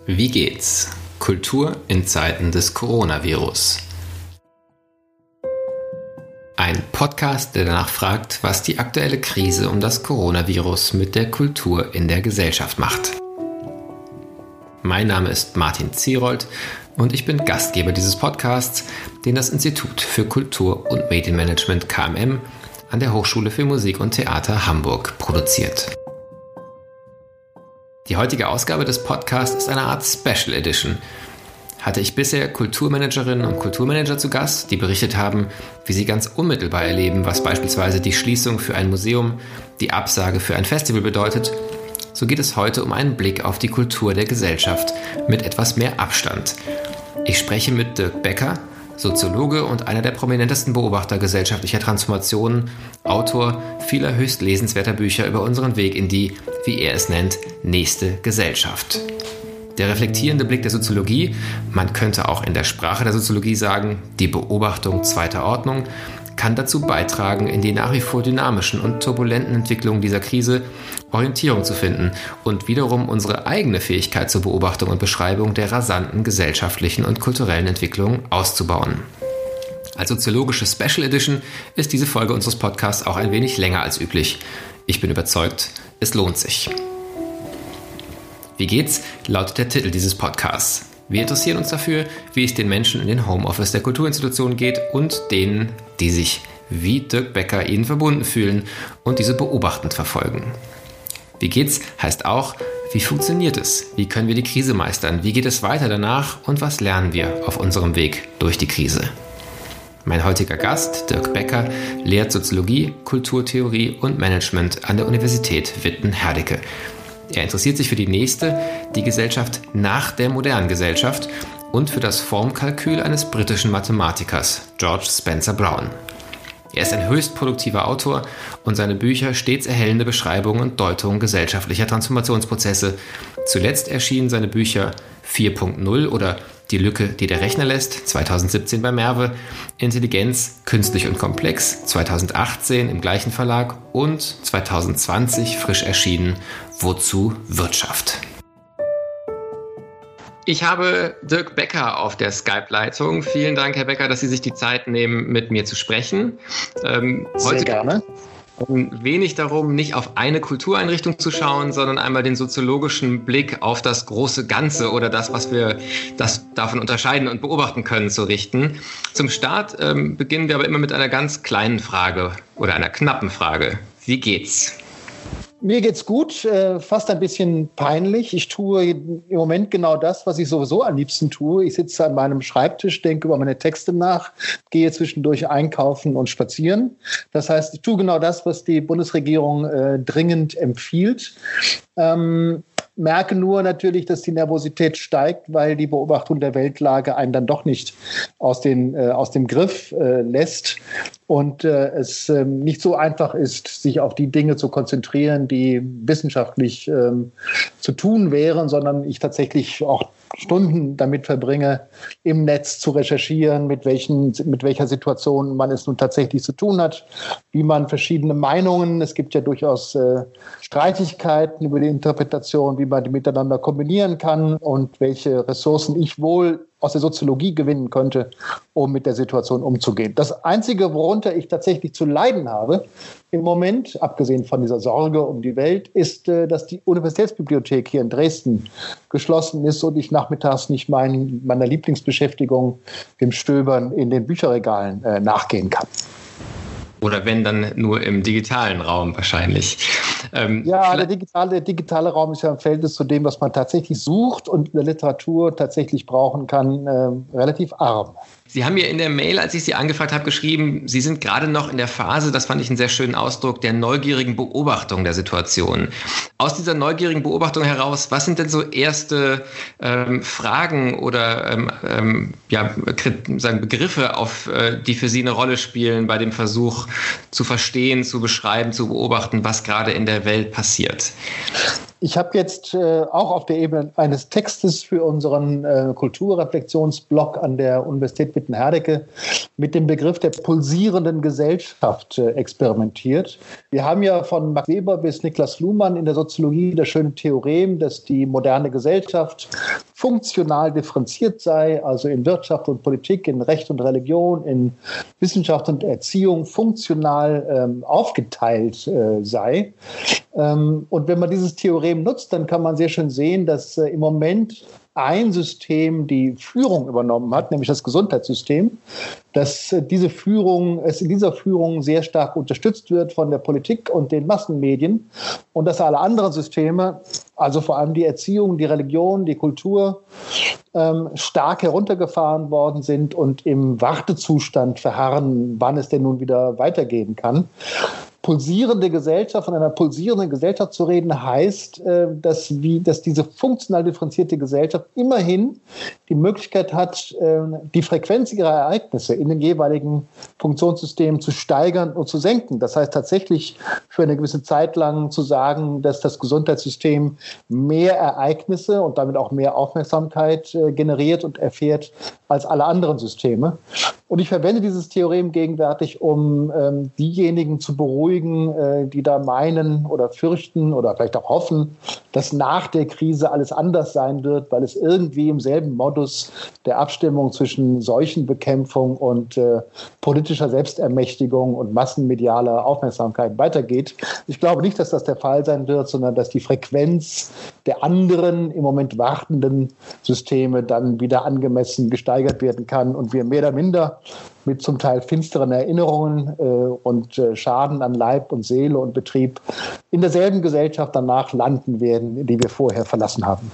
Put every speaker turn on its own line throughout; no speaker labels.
Wie geht's? Kultur in Zeiten des Coronavirus. Ein Podcast, der danach fragt, was die aktuelle Krise um das Coronavirus mit der Kultur in der Gesellschaft macht. Mein Name ist Martin Zierold und ich bin Gastgeber dieses Podcasts, den das Institut für Kultur- und Medienmanagement KMM an der Hochschule für Musik und Theater Hamburg produziert. Die heutige Ausgabe des Podcasts ist eine Art Special Edition. Hatte ich bisher Kulturmanagerinnen und Kulturmanager zu Gast, die berichtet haben, wie sie ganz unmittelbar erleben, was beispielsweise die Schließung für ein Museum, die Absage für ein Festival bedeutet, so geht es heute um einen Blick auf die Kultur der Gesellschaft mit etwas mehr Abstand. Ich spreche mit Dirk Becker, Soziologe und einer der prominentesten Beobachter gesellschaftlicher Transformationen, Autor vieler höchst lesenswerter Bücher über unseren Weg in die, wie er es nennt, nächste Gesellschaft. Der reflektierende Blick der Soziologie, man könnte auch in der Sprache der Soziologie sagen, die Beobachtung zweiter Ordnung, kann dazu beitragen, in die nach wie vor dynamischen und turbulenten Entwicklungen dieser Krise Orientierung zu finden und wiederum unsere eigene Fähigkeit zur Beobachtung und Beschreibung der rasanten gesellschaftlichen und kulturellen Entwicklungen auszubauen. Als soziologische Special Edition ist diese Folge unseres Podcasts auch ein wenig länger als üblich. Ich bin überzeugt, es lohnt sich. Wie geht's? Lautet der Titel dieses Podcasts. Wir interessieren uns dafür, wie es den Menschen in den Homeoffice der Kulturinstitutionen geht und denen, die sich wie Dirk Becker ihnen verbunden fühlen und diese beobachtend verfolgen. Wie geht's heißt auch, wie funktioniert es? Wie können wir die Krise meistern? Wie geht es weiter danach? Und was lernen wir auf unserem Weg durch die Krise? Mein heutiger Gast, Dirk Becker, lehrt Soziologie, Kulturtheorie und Management an der Universität Witten-Herdecke. Er interessiert sich für die nächste, die Gesellschaft nach der modernen Gesellschaft und für das Formkalkül eines britischen Mathematikers, George Spencer Brown. Er ist ein höchst produktiver Autor und seine Bücher stets erhellende Beschreibungen und Deutungen gesellschaftlicher Transformationsprozesse. Zuletzt erschienen seine Bücher 4.0 oder Die Lücke, die der Rechner lässt, 2017 bei Merve, Intelligenz, künstlich und komplex, 2018 im gleichen Verlag und 2020 frisch erschienen, Wozu Wirtschaft? Ich habe Dirk Becker auf der Skype-Leitung. Vielen Dank, Herr Becker, dass Sie sich die Zeit nehmen, mit mir zu sprechen.
Sehr gerne.
Wenig darum, nicht auf eine Kultureinrichtung zu schauen, sondern einmal den soziologischen Blick auf das große Ganze oder das, was wir davon unterscheiden und beobachten können, zu richten. Zum Start beginnen wir aber immer mit einer ganz kleinen Frage oder einer knappen Frage. Wie geht's?
Mir geht's gut, fast ein bisschen peinlich. Ich tue im Moment genau das, was ich sowieso am liebsten tue. Ich sitze an meinem Schreibtisch, denke über meine Texte nach, gehe zwischendurch einkaufen und spazieren. Das heißt, ich tue genau das, was die Bundesregierung dringend empfiehlt. Merke nur natürlich, dass die Nervosität steigt, weil die Beobachtung der Weltlage einen dann doch nicht aus dem Griff lässt und es nicht so einfach ist, sich auf die Dinge zu konzentrieren, die wissenschaftlich zu tun wären, sondern ich tatsächlich auch Stunden damit verbringe, im Netz zu recherchieren, mit welcher Situation man es nun tatsächlich zu tun hat, wie man verschiedene Meinungen, es gibt ja durchaus Streitigkeiten über die Interpretation, wie man die miteinander kombinieren kann und welche Ressourcen ich wohl aus der Soziologie gewinnen könnte, um mit der Situation umzugehen. Das Einzige, worunter ich tatsächlich zu leiden habe im Moment, abgesehen von dieser Sorge um die Welt, ist, dass die Universitätsbibliothek hier in Dresden geschlossen ist und ich nachmittags nicht meiner Lieblingsbeschäftigung, dem Stöbern in den Bücherregalen, nachgehen kann.
Oder wenn, dann nur im digitalen Raum wahrscheinlich.
Ja, der digitale Raum ist ja im Verhältnis zu dem, was man tatsächlich sucht und in der Literatur tatsächlich brauchen kann, relativ arm.
Sie haben mir in der Mail, als ich Sie angefragt habe, geschrieben, Sie sind gerade noch in der Phase, das fand ich einen sehr schönen Ausdruck, der neugierigen Beobachtung der Situation. Aus dieser neugierigen Beobachtung heraus, was sind denn so erste Fragen oder sagen Begriffe, die für Sie eine Rolle spielen bei dem Versuch zu verstehen, zu beschreiben, zu beobachten, was gerade in der Welt passiert?
Ich habe jetzt auch auf der Ebene eines Textes für unseren Kulturreflexionsblog an der Universität Witten-Herdecke mit dem Begriff der pulsierenden Gesellschaft experimentiert. Wir haben ja von Max Weber bis Niklas Luhmann in der Soziologie das schöne Theorem, dass die moderne Gesellschaft funktional differenziert sei, also in Wirtschaft und Politik, in Recht und Religion, in Wissenschaft und Erziehung funktional aufgeteilt sei. Und wenn man dieses Theorem nutzt, dann kann man sehr schön sehen, dass im Moment ein System die Führung übernommen hat, nämlich das Gesundheitssystem, dass diese Führung, es in dieser Führung sehr stark unterstützt wird von der Politik und den Massenmedien und dass alle anderen Systeme, also vor allem die Erziehung, die Religion, die Kultur, stark heruntergefahren worden sind und im Wartezustand verharren, wann es denn nun wieder weitergehen kann. Pulsierende Gesellschaft, von einer pulsierenden Gesellschaft zu reden, heißt, dass diese funktional differenzierte Gesellschaft immerhin die Möglichkeit hat, die Frequenz ihrer Ereignisse in den jeweiligen Funktionssystemen zu steigern und zu senken. Das heißt tatsächlich für eine gewisse Zeit lang zu sagen, dass das Gesundheitssystem mehr Ereignisse und damit auch mehr Aufmerksamkeit generiert und erfährt als alle anderen Systeme. Und ich verwende dieses Theorem gegenwärtig, um diejenigen zu beruhigen, die da meinen oder fürchten oder vielleicht auch hoffen, dass nach der Krise alles anders sein wird, weil es irgendwie im selben Modus der Abstimmung zwischen Seuchenbekämpfung und politischer Selbstermächtigung und massenmedialer Aufmerksamkeit weitergeht. Ich glaube nicht, dass das der Fall sein wird, sondern dass die Frequenz der anderen im Moment wartenden Systeme dann wieder angemessen gesteigert werden kann und wir mehr oder minder mit zum Teil finsteren Erinnerungen und Schaden an Leib und Seele und Betrieb in derselben Gesellschaft danach landen werden, die wir vorher verlassen haben.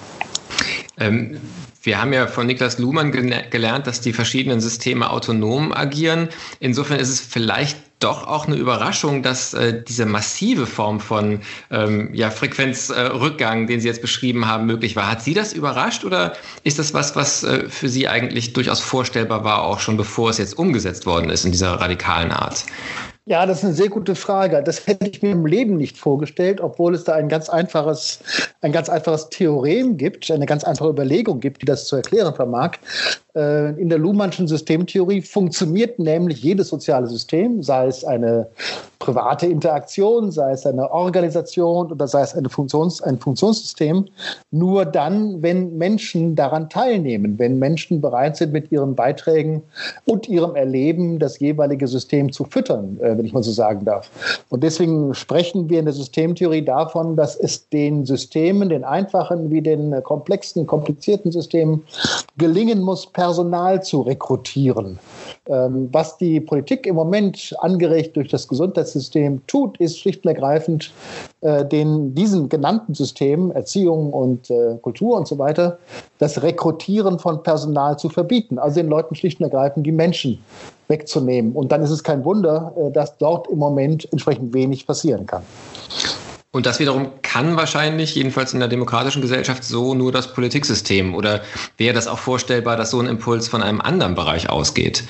Wir haben ja von Niklas Luhmann gelernt, dass die verschiedenen Systeme autonom agieren. Insofern ist es vielleicht doch auch eine Überraschung, dass diese massive Form von Frequenzrückgang, den Sie jetzt beschrieben haben, möglich war. Hat Sie das überrascht oder ist das was für Sie eigentlich durchaus vorstellbar war, auch schon bevor es jetzt umgesetzt worden ist in dieser radikalen Art?
Ja, das ist eine sehr gute Frage. Das hätte ich mir im Leben nicht vorgestellt, obwohl es da ein ganz einfaches Theorem gibt, eine ganz einfache Überlegung gibt, die das zu erklären vermag. In der Luhmannschen Systemtheorie funktioniert nämlich jedes soziale System, sei es eine private Interaktion, sei es eine Organisation oder sei es ein Funktionssystem, nur dann, wenn Menschen daran teilnehmen, wenn Menschen bereit sind, mit ihren Beiträgen und ihrem Erleben das jeweilige System zu füttern, wenn ich mal so sagen darf. Und deswegen sprechen wir in der Systemtheorie davon, dass es den Systemen, den einfachen wie den komplexen, komplizierten Systemen gelingen muss, Personal zu rekrutieren. Was die Politik im Moment angeregt durch das Gesundheitssystem tut, ist schlicht und ergreifend diesen genannten Systemen, Erziehung und Kultur und so weiter, das Rekrutieren von Personal zu verbieten. Also den Leuten schlicht und ergreifend die Menschen wegzunehmen. Und dann ist es kein Wunder, dass dort im Moment entsprechend wenig passieren kann.
Und das wiederum kann wahrscheinlich, jedenfalls in der demokratischen Gesellschaft, so nur das Politiksystem. Oder wäre das auch vorstellbar, dass so ein Impuls von einem anderen Bereich ausgeht?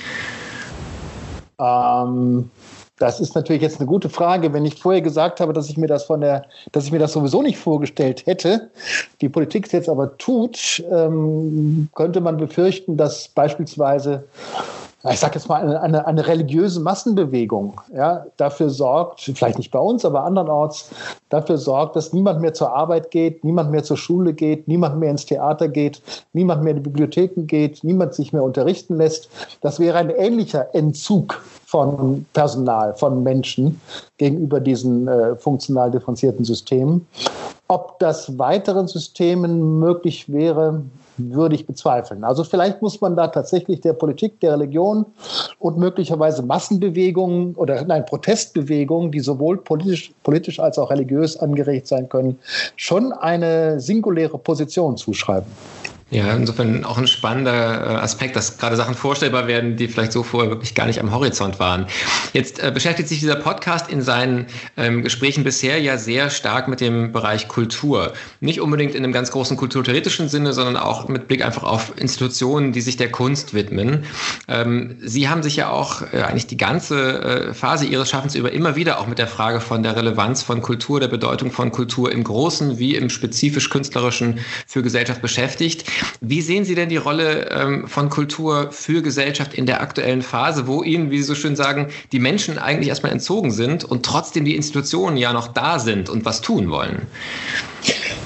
Das ist natürlich jetzt eine gute Frage. Wenn ich vorher gesagt habe, dass ich mir das sowieso nicht vorgestellt hätte, die Politik es jetzt aber tut, könnte man befürchten, dass beispielsweise, ich sage jetzt mal, eine religiöse Massenbewegung dafür sorgt, vielleicht nicht bei uns, aber andernorts, dafür sorgt, dass niemand mehr zur Arbeit geht, niemand mehr zur Schule geht, niemand mehr ins Theater geht, niemand mehr in die Bibliotheken geht, niemand sich mehr unterrichten lässt. Das wäre ein ähnlicher Entzug von Personal, von Menschen gegenüber diesen funktional differenzierten Systemen. Ob das weiteren Systemen möglich wäre, würde ich bezweifeln. Also vielleicht muss man da tatsächlich der Politik, der Religion und möglicherweise Massenbewegungen oder Protestbewegungen, die sowohl politisch als auch religiös angeregt sein können, schon eine singuläre Position zuschreiben.
Ja, insofern auch ein spannender Aspekt, dass gerade Sachen vorstellbar werden, die vielleicht so vorher wirklich gar nicht am Horizont waren. Jetzt beschäftigt sich dieser Podcast in seinen Gesprächen bisher ja sehr stark mit dem Bereich Kultur. Nicht unbedingt in einem ganz großen kulturtheoretischen Sinne, sondern auch mit Blick einfach auf Institutionen, die sich der Kunst widmen. Sie haben sich ja auch eigentlich die ganze Phase Ihres Schaffens über immer wieder auch mit der Frage von der Relevanz von Kultur, der Bedeutung von Kultur im Großen wie im spezifisch Künstlerischen für Gesellschaft beschäftigt. Wie sehen Sie denn die Rolle von Kultur für Gesellschaft in der aktuellen Phase, wo Ihnen, wie Sie so schön sagen, die Menschen eigentlich erstmal entzogen sind und trotzdem die Institutionen ja noch da sind und was tun wollen?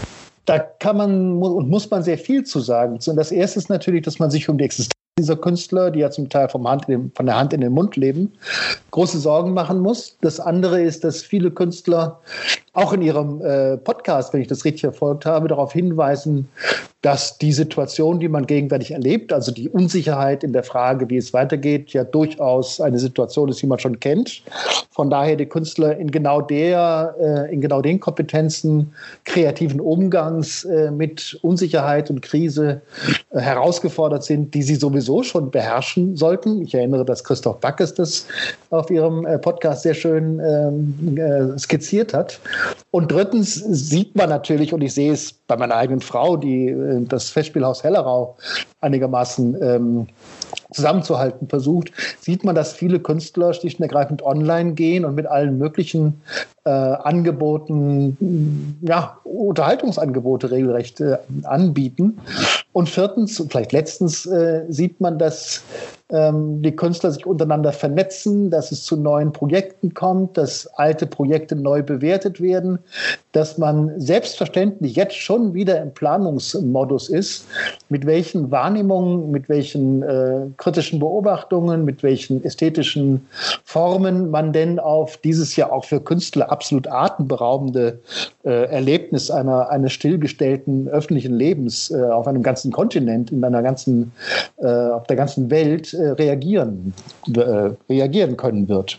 Da kann man und muss man sehr viel zu sagen. Das erste ist natürlich, dass man sich um die Existenz dieser Künstler, die ja zum Teil von der Hand in den Mund leben, große Sorgen machen muss. Das andere ist, dass viele Künstler auch in ihrem Podcast, wenn ich das richtig verfolgt habe, darauf hinweisen, dass die Situation, die man gegenwärtig erlebt, also die Unsicherheit in der Frage, wie es weitergeht, ja durchaus eine Situation ist, die man schon kennt. Von daher die Künstler in genau den Kompetenzen kreativen Umgangs mit Unsicherheit und Krise herausgefordert sind, die sie sowieso schon beherrschen sollten. Ich erinnere, dass Christoph Backes das auf ihrem Podcast sehr schön skizziert hat. Und drittens sieht man natürlich, und ich sehe es bei meiner eigenen Frau, die das Festspielhaus Hellerau einigermaßen zusammenzuhalten versucht, sieht man, dass viele Künstler schlicht und ergreifend online gehen und mit allen möglichen Angeboten, Unterhaltungsangebote regelrecht anbieten. Und viertens, und vielleicht letztens, sieht man, dass die Künstler sich untereinander vernetzen, dass es zu neuen Projekten kommt, dass alte Projekte neu bewertet werden, dass man selbstverständlich jetzt schon wieder im Planungsmodus ist, mit welchen Wahrnehmungen, mit welchen kritischen Beobachtungen, mit welchen ästhetischen Formen man denn auf dieses ja auch für Künstler absolut atemberaubende Erlebnis eines stillgestellten öffentlichen Lebens auf einem ganzen Kontinent, auf der ganzen Welt reagieren können wird.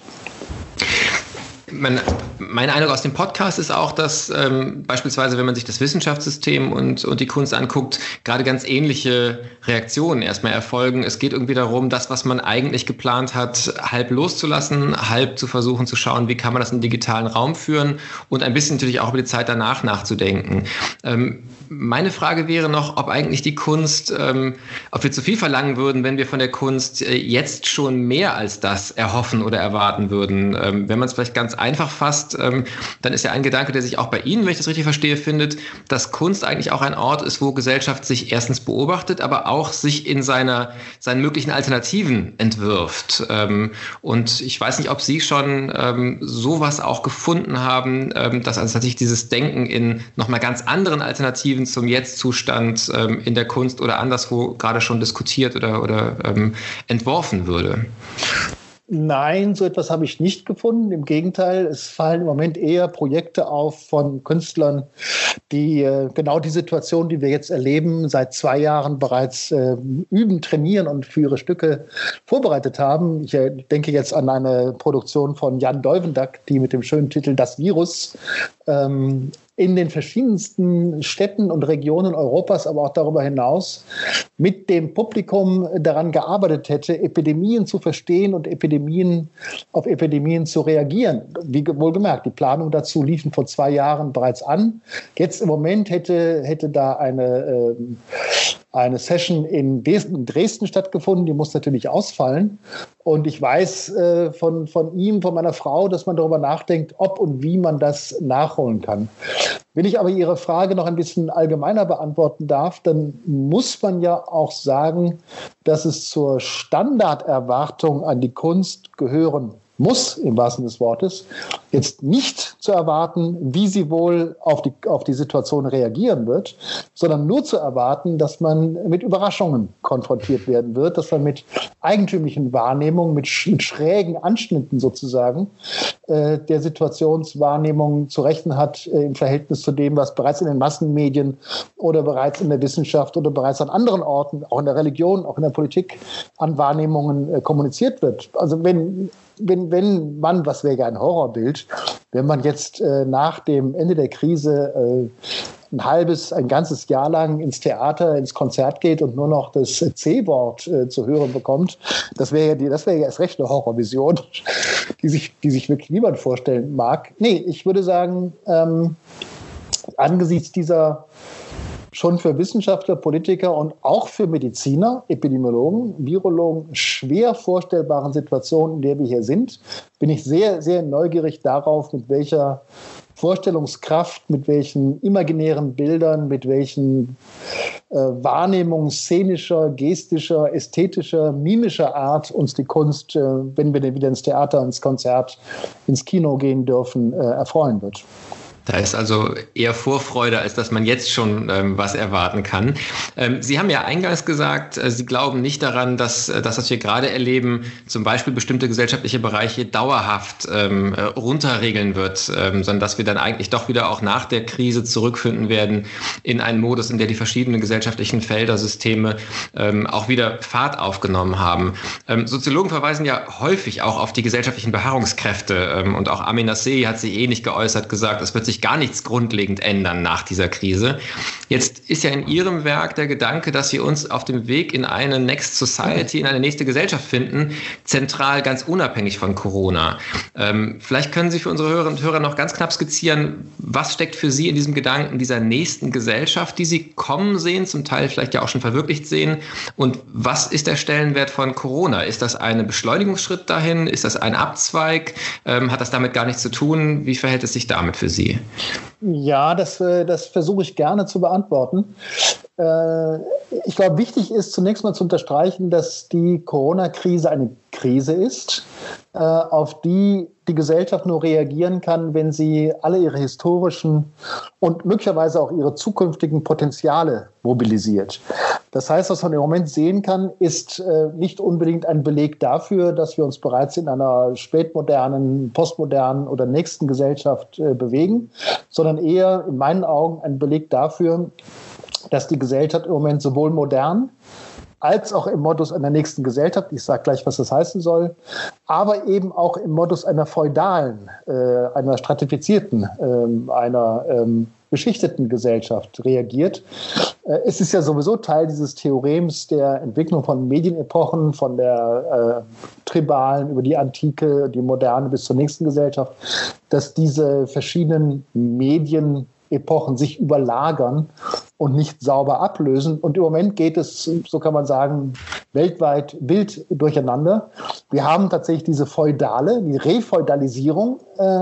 Mein Eindruck aus dem Podcast ist auch, dass beispielsweise, wenn man sich das Wissenschaftssystem und die Kunst anguckt, gerade ganz ähnliche Reaktionen erstmal erfolgen. Es geht irgendwie darum, das, was man eigentlich geplant hat, halb loszulassen, halb zu versuchen zu schauen, wie kann man das in den digitalen Raum führen und ein bisschen natürlich auch über die Zeit danach nachzudenken. Meine Frage wäre noch, ob eigentlich die Kunst, ob wir zu viel verlangen würden, wenn wir von der Kunst jetzt schon mehr als das erhoffen oder erwarten würden. Wenn man es vielleicht ganz einfach fasst, dann ist ja ein Gedanke, der sich auch bei Ihnen, wenn ich das richtig verstehe, findet, dass Kunst eigentlich auch ein Ort ist, wo Gesellschaft sich erstens beobachtet, aber auch sich in seinen möglichen Alternativen entwirft. Und ich weiß nicht, ob Sie schon sowas auch gefunden haben, dass also tatsächlich dieses Denken in nochmal ganz anderen Alternativen zum Jetzt-Zustand in der Kunst oder anderswo gerade schon diskutiert oder entworfen würde.
Nein, so etwas habe ich nicht gefunden. Im Gegenteil, es fallen im Moment eher Projekte auf von Künstlern, die genau die Situation, die wir jetzt erleben, seit 2 Jahren bereits üben, trainieren und für ihre Stücke vorbereitet haben. Ich denke jetzt an eine Produktion von Jan Deuvendack, die mit dem schönen Titel Das Virus in den verschiedensten Städten und Regionen Europas, aber auch darüber hinaus, mit dem Publikum daran gearbeitet hätte, Epidemien zu verstehen und auf Epidemien zu reagieren. Wie wohlgemerkt, die Planung dazu liefen vor 2 Jahren bereits an. Jetzt im Moment hätte da eine Session in Dresden stattgefunden, die muss natürlich ausfallen. Und ich weiß von meiner Frau, dass man darüber nachdenkt, ob und wie man das nachholen kann. Wenn ich aber Ihre Frage noch ein bisschen allgemeiner beantworten darf, dann muss man ja auch sagen, dass es zur Standarderwartung an die Kunst gehören muss, im wahrsten Sinne des Wortes, jetzt nicht zu erwarten, wie sie wohl auf die Situation reagieren wird, sondern nur zu erwarten, dass man mit Überraschungen konfrontiert werden wird, dass man mit eigentümlichen Wahrnehmungen, mit schrägen Anschnitten sozusagen der Situationswahrnehmung zu rechnen hat im Verhältnis zu dem, was bereits in den Massenmedien oder bereits in der Wissenschaft oder bereits an anderen Orten, auch in der Religion, auch in der Politik, an Wahrnehmungen kommuniziert wird. Also wenn man, was wäre ja ein Horrorbild, wenn man jetzt nach dem Ende der Krise ein ganzes Jahr lang ins Theater, ins Konzert geht und nur noch das C-Wort zu hören bekommt, das wäre ja erst recht eine Horrorvision, die sich wirklich niemand vorstellen mag. Nee, ich würde sagen, angesichts dieser schon für Wissenschaftler, Politiker und auch für Mediziner, Epidemiologen, Virologen schwer vorstellbaren Situation, in der wir hier sind, bin ich sehr, sehr neugierig darauf, mit welcher Vorstellungskraft, mit welchen imaginären Bildern, mit welchen Wahrnehmungen szenischer, gestischer, ästhetischer, mimischer Art uns die Kunst, wenn wir denn wieder ins Theater, ins Konzert, ins Kino gehen dürfen, erfreuen wird.
Da ist also eher Vorfreude, als dass man jetzt schon was erwarten kann. Sie haben ja eingangs gesagt, Sie glauben nicht daran, dass das, was wir gerade erleben, zum Beispiel bestimmte gesellschaftliche Bereiche dauerhaft runterregeln wird, sondern dass wir dann eigentlich doch wieder auch nach der Krise zurückfinden werden in einen Modus, in der die verschiedenen gesellschaftlichen Felder, Systeme auch wieder Fahrt aufgenommen haben. Soziologen verweisen ja häufig auch auf die gesellschaftlichen Beharrungskräfte und auch Amin Nasseh hat sich ähnlich geäußert, gesagt, es wird sich gar nichts grundlegend ändern nach dieser Krise. Jetzt ist ja in Ihrem Werk der Gedanke, dass wir uns auf dem Weg in eine Next Society, in eine nächste Gesellschaft finden, zentral, ganz unabhängig von Corona. Vielleicht können Sie für unsere Hörerinnen und Hörer noch ganz knapp skizzieren, was steckt für Sie in diesem Gedanken dieser nächsten Gesellschaft, die Sie kommen sehen, zum Teil vielleicht ja auch schon verwirklicht sehen, und was ist der Stellenwert von Corona? Ist das ein Beschleunigungsschritt dahin? Ist das ein Abzweig? Hat das damit gar nichts zu tun? Wie verhält es sich damit für Sie?
Ja, das versuche ich gerne zu beantworten. Ich glaube, wichtig ist zunächst mal zu unterstreichen, dass die Corona-Krise eine Krise ist, auf die die Gesellschaft nur reagieren kann, wenn sie alle ihre historischen und möglicherweise auch ihre zukünftigen Potenziale mobilisiert. Das heißt, was man im Moment sehen kann, ist nicht unbedingt ein Beleg dafür, dass wir uns bereits in einer spätmodernen, postmodernen oder nächsten Gesellschaft bewegen, sondern eher in meinen Augen ein Beleg dafür, dass die Gesellschaft im Moment sowohl modern als auch im Modus einer nächsten Gesellschaft, ich sage gleich, was das heißen soll, aber eben auch im Modus einer feudalen, einer stratifizierten, einer beschichteten Gesellschaft reagiert. Es ist ja sowieso Teil dieses Theorems der Entwicklung von Medienepochen, von der tribalen über die Antike, die Moderne bis zur nächsten Gesellschaft, dass diese verschiedenen Medienepochen sich überlagern und nicht sauber ablösen. Und im Moment geht es, so kann man sagen, weltweit wild durcheinander. Wir haben tatsächlich diese die Refeudalisierung,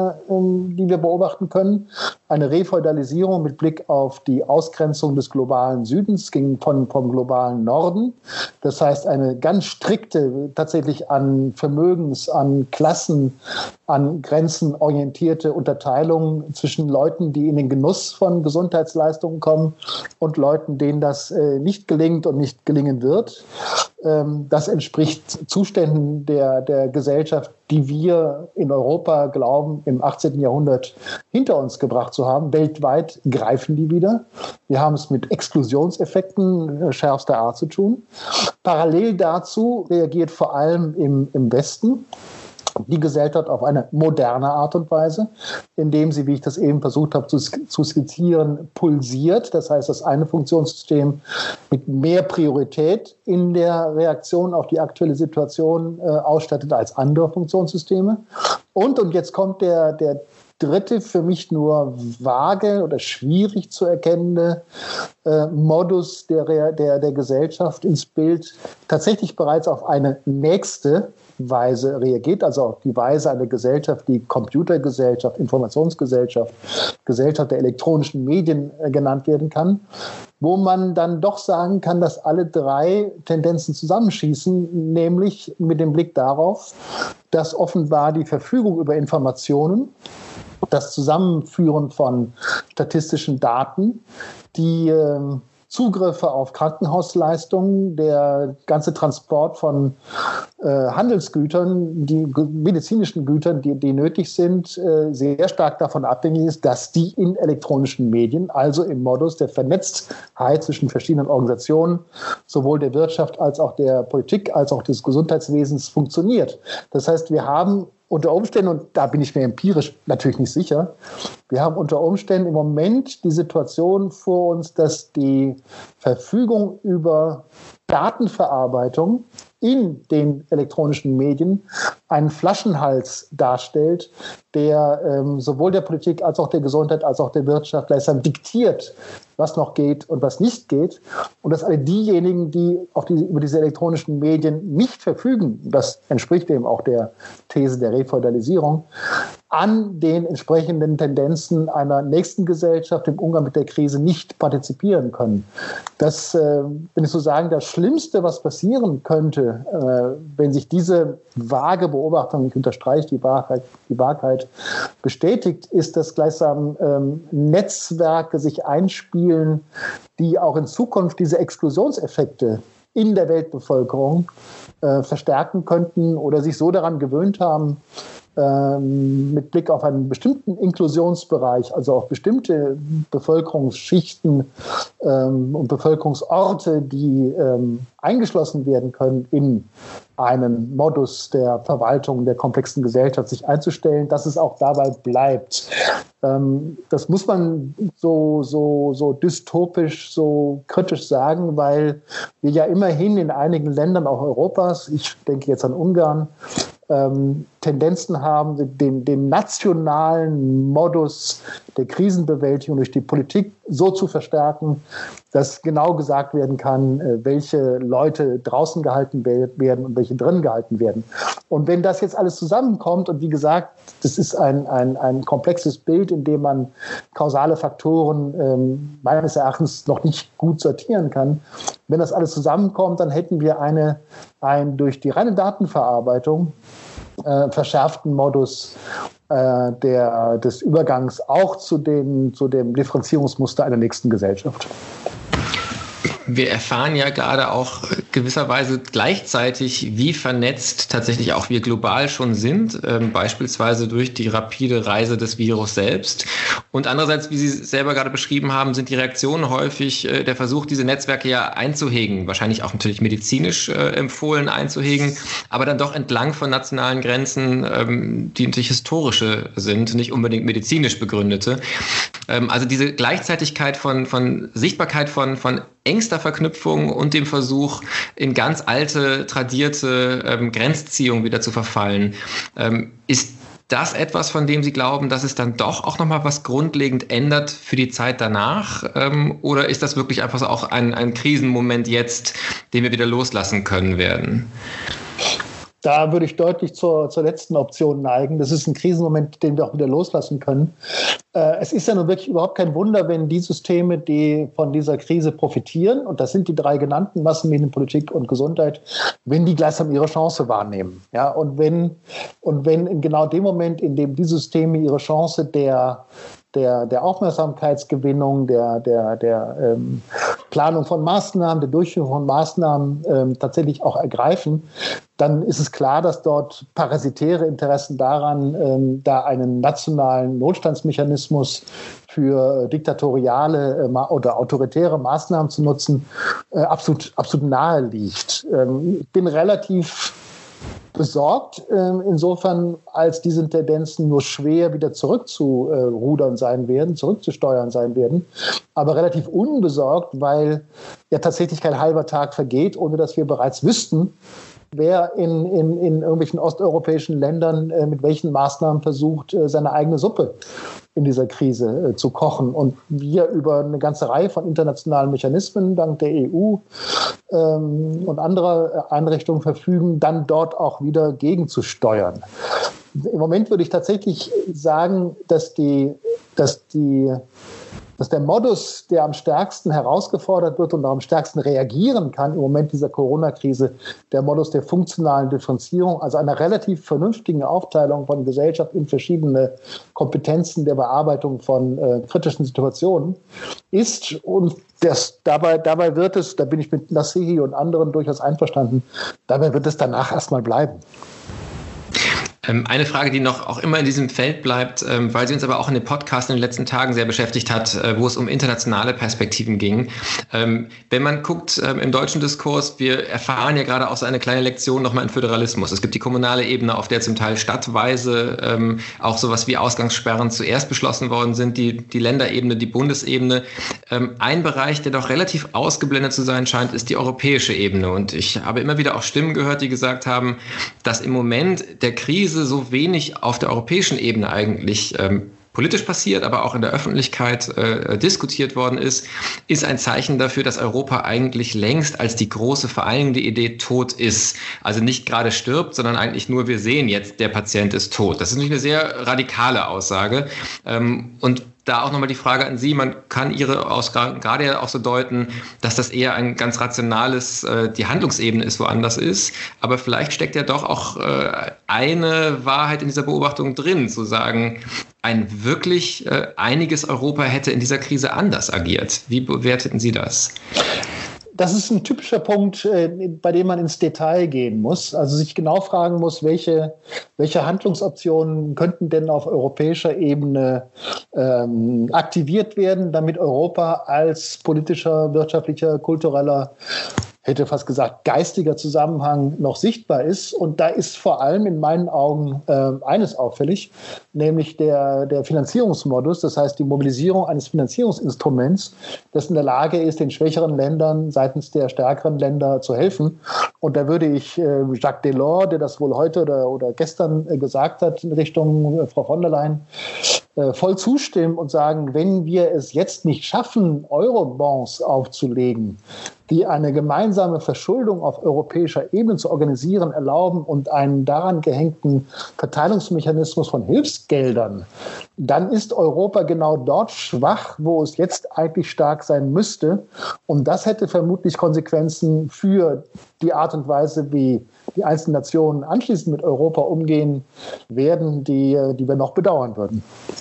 die wir beobachten können. Eine Refeudalisierung mit Blick auf die Ausgrenzung des globalen Südens vom globalen Norden. Das heißt, eine ganz strikte, tatsächlich an Vermögens-, an Klassen-, an Grenzen orientierte Unterteilung zwischen Leuten, die in den Genuss von Gesundheitsleistungen kommen, und Leuten, denen das nicht gelingt und nicht gelingen wird. Das entspricht Zuständen der Gesellschaft, die wir in Europa glauben, im 18. Jahrhundert hinter uns gebracht zu haben. Weltweit greifen die wieder. Wir haben es mit Exklusionseffekten schärfster Art zu tun. Parallel dazu reagiert vor allem im Westen die Gesellschaft auf eine moderne Art und Weise, indem sie, wie ich das eben versucht habe zu skizzieren, pulsiert. Das heißt, das eine Funktionssystem mit mehr Priorität in der Reaktion auf die aktuelle Situation ausstattet als andere Funktionssysteme. Und jetzt kommt der dritte, für mich nur vage oder schwierig zu erkennende Modus der Gesellschaft ins Bild, tatsächlich bereits auf eine nächste Weise reagiert, also auf die Weise einer Gesellschaft, die Computergesellschaft, Informationsgesellschaft, Gesellschaft der elektronischen Medien genannt werden kann, wo man dann doch sagen kann, dass alle drei Tendenzen zusammenschießen, nämlich mit dem Blick darauf, dass offenbar die Verfügung über Informationen, das Zusammenführen von statistischen Daten, die Zugriffe auf Krankenhausleistungen, der ganze Transport von Handelsgütern, die medizinischen Gütern, die nötig sind, sehr stark davon abhängig ist, dass die in elektronischen Medien, also im Modus der Vernetztheit zwischen verschiedenen Organisationen, sowohl der Wirtschaft als auch der Politik, als auch des Gesundheitswesens funktioniert. Das heißt, wir haben unter Umständen, und da bin ich mir empirisch natürlich nicht sicher, wir haben unter Umständen im Moment die Situation vor uns, dass die Verfügung über Datenverarbeitung in den elektronischen Medien einen Flaschenhals darstellt, der sowohl der Politik als auch der Gesundheit als auch der Wirtschaft gleichsam diktiert, was noch geht und was nicht geht. Und dass alle diejenigen, die über diese elektronischen Medien nicht verfügen, das entspricht eben auch der These der Refeudalisierung, an den entsprechenden Tendenzen einer nächsten Gesellschaft im Umgang mit der Krise nicht partizipieren können. Das, wenn ich so sagen, das Schlimmste, was passieren könnte, wenn sich diese vage Beobachtung, ich unterstreiche die Wahrheit bestätigt, ist, dass gleichsam Netzwerke sich einspielen, die auch in Zukunft diese Exklusionseffekte in der Weltbevölkerung verstärken könnten oder sich so daran gewöhnt haben, mit Blick auf einen bestimmten Inklusionsbereich, also auf bestimmte Bevölkerungsschichten und Bevölkerungsorte, die eingeschlossen werden können in einen Modus der Verwaltung der komplexen Gesellschaft, sich einzustellen, dass es auch dabei bleibt. Das muss man so dystopisch, so kritisch sagen, weil wir ja immerhin in einigen Ländern auch Europas, ich denke jetzt an Ungarn, Tendenzen haben, den nationalen Modus der Krisenbewältigung durch die Politik so zu verstärken, dass genau gesagt werden kann, welche Leute draußen gehalten werden und welche drinnen gehalten werden. Und wenn das jetzt alles zusammenkommt, und wie gesagt, das ist ein komplexes Bild, in dem man kausale Faktoren meines Erachtens noch nicht gut sortieren kann, wenn das alles zusammenkommt, dann hätten wir einen durch die reine Datenverarbeitung verschärften Modus des Übergangs auch zu dem Differenzierungsmuster einer nächsten Gesellschaft.
Wir erfahren ja gerade auch gewisserweise gleichzeitig, wie vernetzt tatsächlich auch wir global schon sind, beispielsweise durch die rapide Reise des Virus selbst. Und andererseits, wie Sie selber gerade beschrieben haben, sind die Reaktionen häufig der Versuch, diese Netzwerke ja einzuhegen, wahrscheinlich auch natürlich medizinisch empfohlen einzuhegen, aber dann doch entlang von nationalen Grenzen, die natürlich historische sind, nicht unbedingt medizinisch begründete. Also diese Gleichzeitigkeit von Sichtbarkeit von engster Verknüpfung und dem Versuch, in ganz alte, tradierte Grenzziehung wieder zu verfallen. Ist das etwas, von dem Sie glauben, dass es dann doch auch nochmal was grundlegend ändert für die Zeit danach? Oder ist das wirklich einfach so auch ein Krisenmoment jetzt, den wir wieder loslassen können werden?
Da würde ich deutlich zur letzten Option neigen. Das ist ein Krisenmoment, den wir auch wieder loslassen können. Es ist ja nun wirklich überhaupt kein Wunder, wenn die Systeme, die von dieser Krise profitieren, und das sind die drei genannten, Massenmedien, Politik und Gesundheit, wenn die gleichsam ihre Chance wahrnehmen. Ja, und wenn in genau dem Moment, in dem die Systeme ihre Chance der Aufmerksamkeitsgewinnung, der Planung von Maßnahmen, der Durchführung von Maßnahmen tatsächlich auch ergreifen, dann ist es klar, dass dort parasitäre Interessen daran, da einen nationalen Notstandsmechanismus für diktatoriale oder autoritäre Maßnahmen zu nutzen, absolut nahe liegt. Ich bin relativ besorgt, insofern, als diese Tendenzen nur schwer wieder zurückzusteuern sein werden, aber relativ unbesorgt, weil ja tatsächlich kein halber Tag vergeht, ohne dass wir bereits wüssten, wer in irgendwelchen osteuropäischen Ländern mit welchen Maßnahmen versucht, seine eigene Suppe in dieser Krise zu kochen. Und wir über eine ganze Reihe von internationalen Mechanismen, dank der EU und anderer Einrichtungen verfügen, dann dort auch wieder gegenzusteuern. Im Moment würde ich tatsächlich sagen, dass der Modus, der am stärksten herausgefordert wird und am stärksten reagieren kann im Moment dieser Corona-Krise, der Modus der funktionalen Differenzierung, also einer relativ vernünftigen Aufteilung von Gesellschaft in verschiedene Kompetenzen der Bearbeitung von kritischen Situationen ist. Und dabei wird es, da bin ich mit Nasseri und anderen durchaus einverstanden, dabei wird es danach erstmal bleiben.
Eine Frage, die noch auch immer in diesem Feld bleibt, weil sie uns aber auch in dem Podcast in den letzten Tagen sehr beschäftigt hat, wo es um internationale Perspektiven ging. Wenn man guckt im deutschen Diskurs, wir erfahren ja gerade auch so eine kleine Lektion nochmal in Föderalismus. Es gibt die kommunale Ebene, auf der zum Teil stadtweise auch sowas wie Ausgangssperren zuerst beschlossen worden sind, die Länderebene, die Bundesebene. Ein Bereich, der doch relativ ausgeblendet zu sein scheint, ist die europäische Ebene. Und ich habe immer wieder auch Stimmen gehört, die gesagt haben, dass im Moment der Krise so wenig auf der europäischen Ebene eigentlich politisch passiert, aber auch in der Öffentlichkeit diskutiert worden ist ein Zeichen dafür, dass Europa eigentlich längst als die große vereinigende Idee tot ist. Also nicht gerade stirbt, sondern eigentlich nur, wir sehen jetzt, der Patient ist tot. Das ist natürlich eine sehr radikale Aussage. Und da auch nochmal die Frage an Sie, man kann Ihre Aussagen gerade ja auch so deuten, dass das eher ein ganz rationales, die Handlungsebene ist, woanders ist, aber vielleicht steckt ja doch auch eine Wahrheit in dieser Beobachtung drin, zu sagen, ein wirklich einiges Europa hätte in dieser Krise anders agiert. Wie bewerteten Sie das?
Das ist ein typischer Punkt, bei dem man ins Detail gehen muss, also sich genau fragen muss, welche Handlungsoptionen könnten denn auf europäischer Ebene aktiviert werden, damit Europa als politischer, wirtschaftlicher, kultureller, hätte fast gesagt, geistiger Zusammenhang noch sichtbar ist. Und da ist vor allem in meinen Augen eines auffällig, nämlich der Finanzierungsmodus, das heißt die Mobilisierung eines Finanzierungsinstruments, das in der Lage ist, den schwächeren Ländern seitens der stärkeren Länder zu helfen. Und da würde ich Jacques Delors, der das wohl heute oder gestern gesagt hat in Richtung Frau von der Leyen, voll zustimmen und sagen, wenn wir es jetzt nicht schaffen, Eurobonds aufzulegen, die eine gemeinsame Verschuldung auf europäischer Ebene zu organisieren erlauben und einen daran gehängten Verteilungsmechanismus von Hilfsgeldern, dann ist Europa genau dort schwach, wo es jetzt eigentlich stark sein müsste. Und das hätte vermutlich Konsequenzen für die Art und Weise, wie die einzelnen Nationen anschließend mit Europa umgehen werden, die wir noch bedauern würden.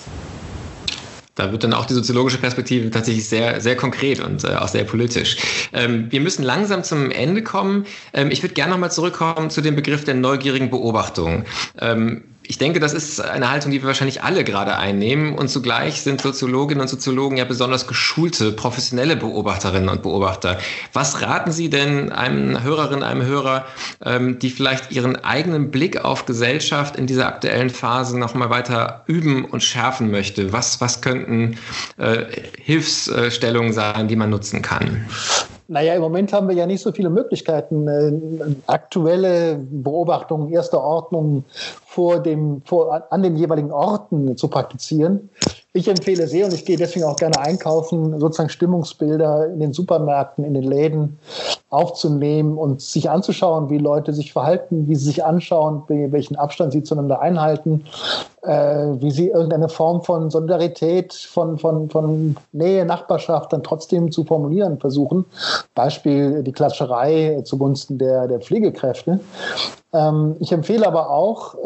Da wird dann auch die soziologische Perspektive tatsächlich sehr, sehr konkret und auch sehr politisch. Wir müssen langsam zum Ende kommen. Ich würde gerne nochmal zurückkommen zu dem Begriff der neugierigen Beobachtung. Ich denke, das ist eine Haltung, die wir wahrscheinlich alle gerade einnehmen. Und zugleich sind Soziologinnen und Soziologen ja besonders geschulte, professionelle Beobachterinnen und Beobachter. Was raten Sie denn einem Hörerin, einem Hörer, die vielleicht ihren eigenen Blick auf Gesellschaft in dieser aktuellen Phase nochmal weiter üben und schärfen möchte? Was könnten Hilfsstellungen sein, die man nutzen kann?
Naja, im Moment haben wir ja nicht so viele Möglichkeiten, aktuelle Beobachtungen erster Ordnung an den jeweiligen Orten zu praktizieren. Ich empfehle sehr, und ich gehe deswegen auch gerne einkaufen, sozusagen Stimmungsbilder in den Supermärkten, in den Läden aufzunehmen und sich anzuschauen, wie Leute sich verhalten, wie sie sich anschauen, welchen Abstand sie zueinander einhalten, wie sie irgendeine Form von Solidarität, von Nähe, Nachbarschaft dann trotzdem zu formulieren versuchen. Beispiel die Klatscherei zugunsten der Pflegekräfte. Ich empfehle aber auch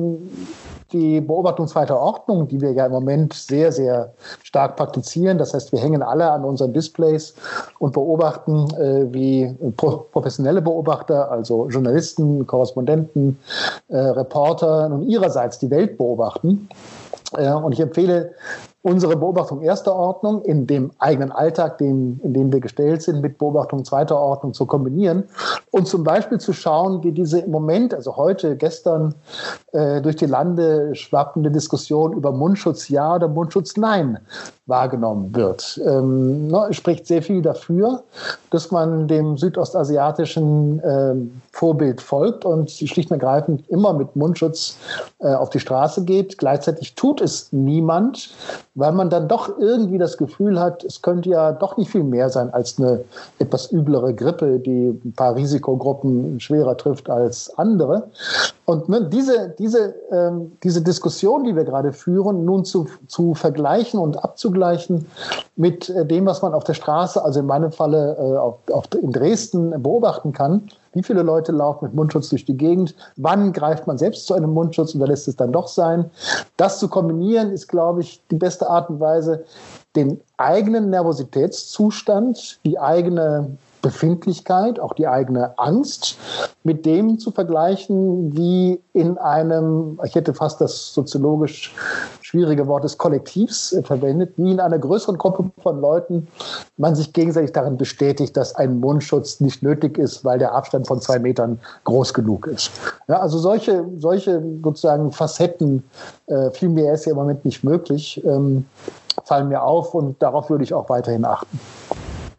die Beobachtung zweiter Ordnung, die wir ja im Moment sehr, sehr stark praktizieren. Das heißt, wir hängen alle an unseren Displays und beobachten wie professionelle Beobachter, also Journalisten, Korrespondenten, Reporter und ihrerseits die Welt beobachten. Und ich empfehle, unsere Beobachtung erster Ordnung in dem eigenen Alltag, in dem wir gestellt sind, mit Beobachtung zweiter Ordnung zu kombinieren und zum Beispiel zu schauen, wie diese im Moment, also heute, gestern, durch die Lande schwappende Diskussion über Mundschutz ja oder Mundschutz nein wahrgenommen wird. Es spricht sehr viel dafür, dass man dem südostasiatischen Vorbild folgt und schlicht und ergreifend immer mit Mundschutz auf die Straße geht. Gleichzeitig tut es niemand, weil man dann doch irgendwie das Gefühl hat, es könnte ja doch nicht viel mehr sein als eine etwas üblere Grippe, die ein paar Risikogruppen schwerer trifft als andere. Und diese Diskussion, die wir gerade führen, nun zu vergleichen und abzugleichen mit dem, was man auf der Straße, also in meinem Falle in Dresden, beobachten kann. Wie viele Leute laufen mit Mundschutz durch die Gegend? Wann greift man selbst zu einem Mundschutz oder lässt es dann doch sein? Das zu kombinieren ist, glaube ich, die beste Art und Weise, den eigenen Nervositätszustand, die eigene Befindlichkeit, auch die eigene Angst mit dem zu vergleichen, wie in einem, ich hätte fast das soziologisch schwierige Wort des Kollektivs verwendet, wie in einer größeren Gruppe von Leuten man sich gegenseitig darin bestätigt, dass ein Mundschutz nicht nötig ist, weil der Abstand von 2 Metern groß genug ist. Ja, also solche sozusagen Facetten, viel mehr ist ja im Moment nicht möglich, fallen mir auf und darauf würde ich auch weiterhin achten.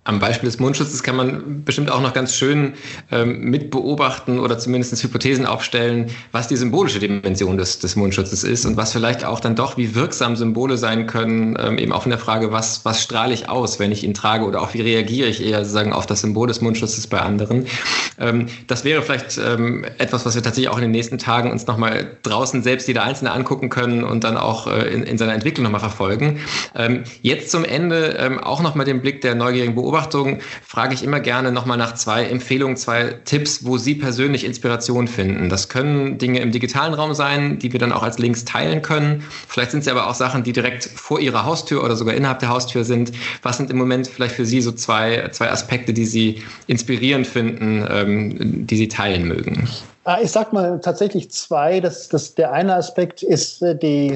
Am Beispiel des Mundschutzes kann man bestimmt auch noch ganz schön mit beobachten oder zumindest Hypothesen aufstellen, was die symbolische Dimension des Mundschutzes ist und was vielleicht auch dann doch, wie wirksam Symbole sein können, eben auch in der Frage, was strahle ich aus, wenn ich ihn trage, oder auch wie reagiere ich eher sozusagen auf das Symbol des Mundschutzes bei anderen. Das wäre vielleicht etwas, was wir tatsächlich auch in den nächsten Tagen uns nochmal draußen selbst jeder Einzelne angucken können und dann auch in seiner Entwicklung nochmal verfolgen. Jetzt zum Ende auch nochmal den Blick der neugierigen Beobachtung frage ich immer gerne nochmal nach 2 Empfehlungen, 2 Tipps, wo Sie persönlich Inspiration finden. Das können Dinge im digitalen Raum sein, die wir dann auch als Links teilen können. Vielleicht sind es aber auch Sachen, die direkt vor Ihrer Haustür oder sogar innerhalb der Haustür sind. Was sind im Moment vielleicht für Sie so zwei Aspekte, die Sie inspirierend finden, die Sie teilen mögen?
Ich sag mal tatsächlich 2. Der eine Aspekt ist die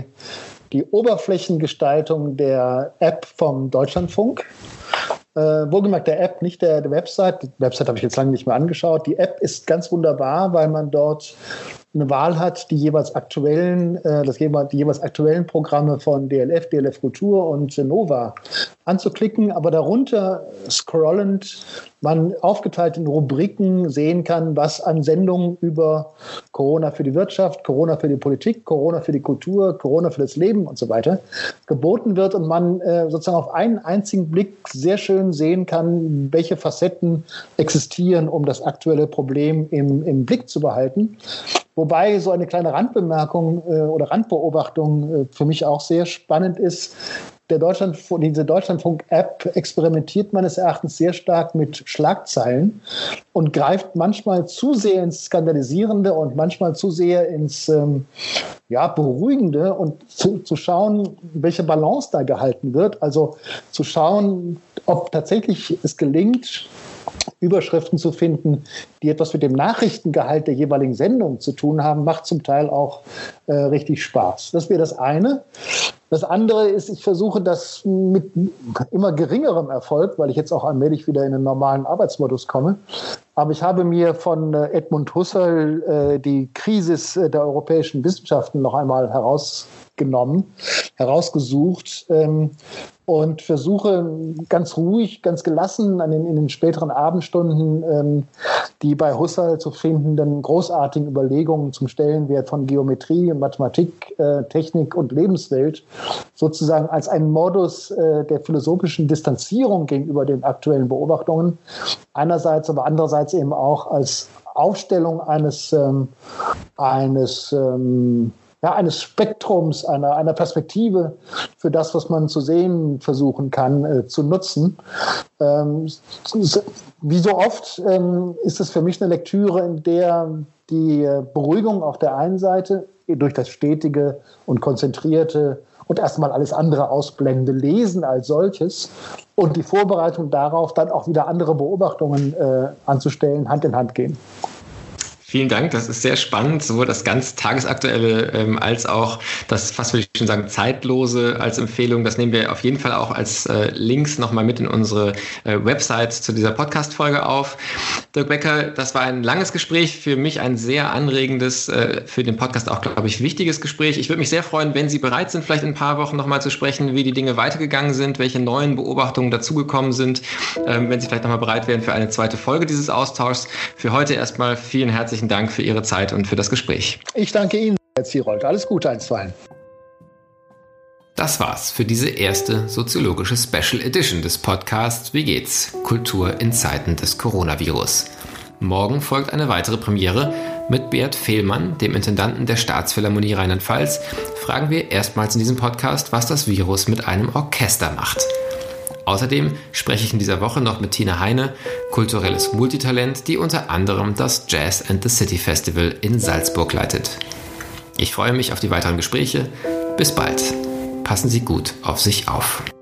Oberflächengestaltung der App vom Deutschlandfunk. Wohlgemerkt der App, nicht der Website. Die Website habe ich jetzt lange nicht mehr angeschaut. Die App ist ganz wunderbar, weil man dort eine Wahl hat, die jeweils aktuellen Programme von DLF, DLF Kultur und Nova anzuklicken, aber darunter scrollend man aufgeteilt in Rubriken sehen kann, was an Sendungen über Corona für die Wirtschaft, Corona für die Politik, Corona für die Kultur, Corona für das Leben und so weiter geboten wird und man sozusagen auf einen einzigen Blick sehr schön sehen kann, welche Facetten existieren, um das aktuelle Problem im Blick zu behalten. Wobei so eine kleine Randbemerkung oder Randbeobachtung für mich auch sehr spannend ist. Diese Deutschlandfunk-App experimentiert meines Erachtens sehr stark mit Schlagzeilen und greift manchmal zu sehr ins Skandalisierende und manchmal zu sehr ins Beruhigende und zu schauen, welche Balance da gehalten wird. Also zu schauen, ob tatsächlich es gelingt, Überschriften zu finden, die etwas mit dem Nachrichtengehalt der jeweiligen Sendung zu tun haben, macht zum Teil auch richtig Spaß. Das wäre das eine. Das andere ist, ich versuche das mit immer geringerem Erfolg, weil ich jetzt auch allmählich wieder in den normalen Arbeitsmodus komme. Aber ich habe mir von Edmund Husserl die Krisis der europäischen Wissenschaften noch einmal herausgesucht und versuche ganz ruhig, ganz gelassen in den späteren Abendstunden die bei Husserl zu findenden großartigen Überlegungen zum Stellenwert von Geometrie, Mathematik, Technik und Lebenswelt sozusagen als einen Modus der philosophischen Distanzierung gegenüber den aktuellen Beobachtungen einerseits, aber andererseits eben auch als Aufstellung eines Spektrums, einer Perspektive für das, was man zu sehen versuchen kann, zu nutzen. Wie so oft ist es für mich eine Lektüre, in der die Beruhigung auf der einen Seite durch das stetige und konzentrierte und erstmal alles andere ausblendende Lesen als solches und die Vorbereitung darauf, dann auch wieder andere Beobachtungen anzustellen, Hand in Hand gehen.
Vielen Dank, das ist sehr spannend, sowohl das ganz Tagesaktuelle als auch das, fast würde ich schon sagen, Zeitlose als Empfehlung. Das nehmen wir auf jeden Fall auch als Links nochmal mit in unsere Website zu dieser Podcast-Folge auf. Dirk Becker, das war ein langes Gespräch, für mich ein sehr anregendes, für den Podcast auch, glaube ich, wichtiges Gespräch. Ich würde mich sehr freuen, wenn Sie bereit sind, vielleicht in ein paar Wochen nochmal zu sprechen, wie die Dinge weitergegangen sind, welche neuen Beobachtungen dazugekommen sind, wenn Sie vielleicht nochmal bereit wären für eine zweite Folge dieses Austauschs. Für heute erstmal vielen herzlichen Dank für Ihre Zeit und für das Gespräch.
Ich danke Ihnen, Herr Zierold. Alles Gute einstweilen.
Das war's für diese erste soziologische Special Edition des Podcasts Wie geht's? Kultur in Zeiten des Coronavirus. Morgen folgt eine weitere Premiere. Mit Beat Fehlmann, dem Intendanten der Staatsphilharmonie Rheinland-Pfalz, fragen wir erstmals in diesem Podcast, was das Virus mit einem Orchester macht. Außerdem spreche ich in dieser Woche noch mit Tina Heine, kulturelles Multitalent, die unter anderem das Jazz and the City Festival in Salzburg leitet. Ich freue mich auf die weiteren Gespräche. Bis bald. Passen Sie gut auf sich auf.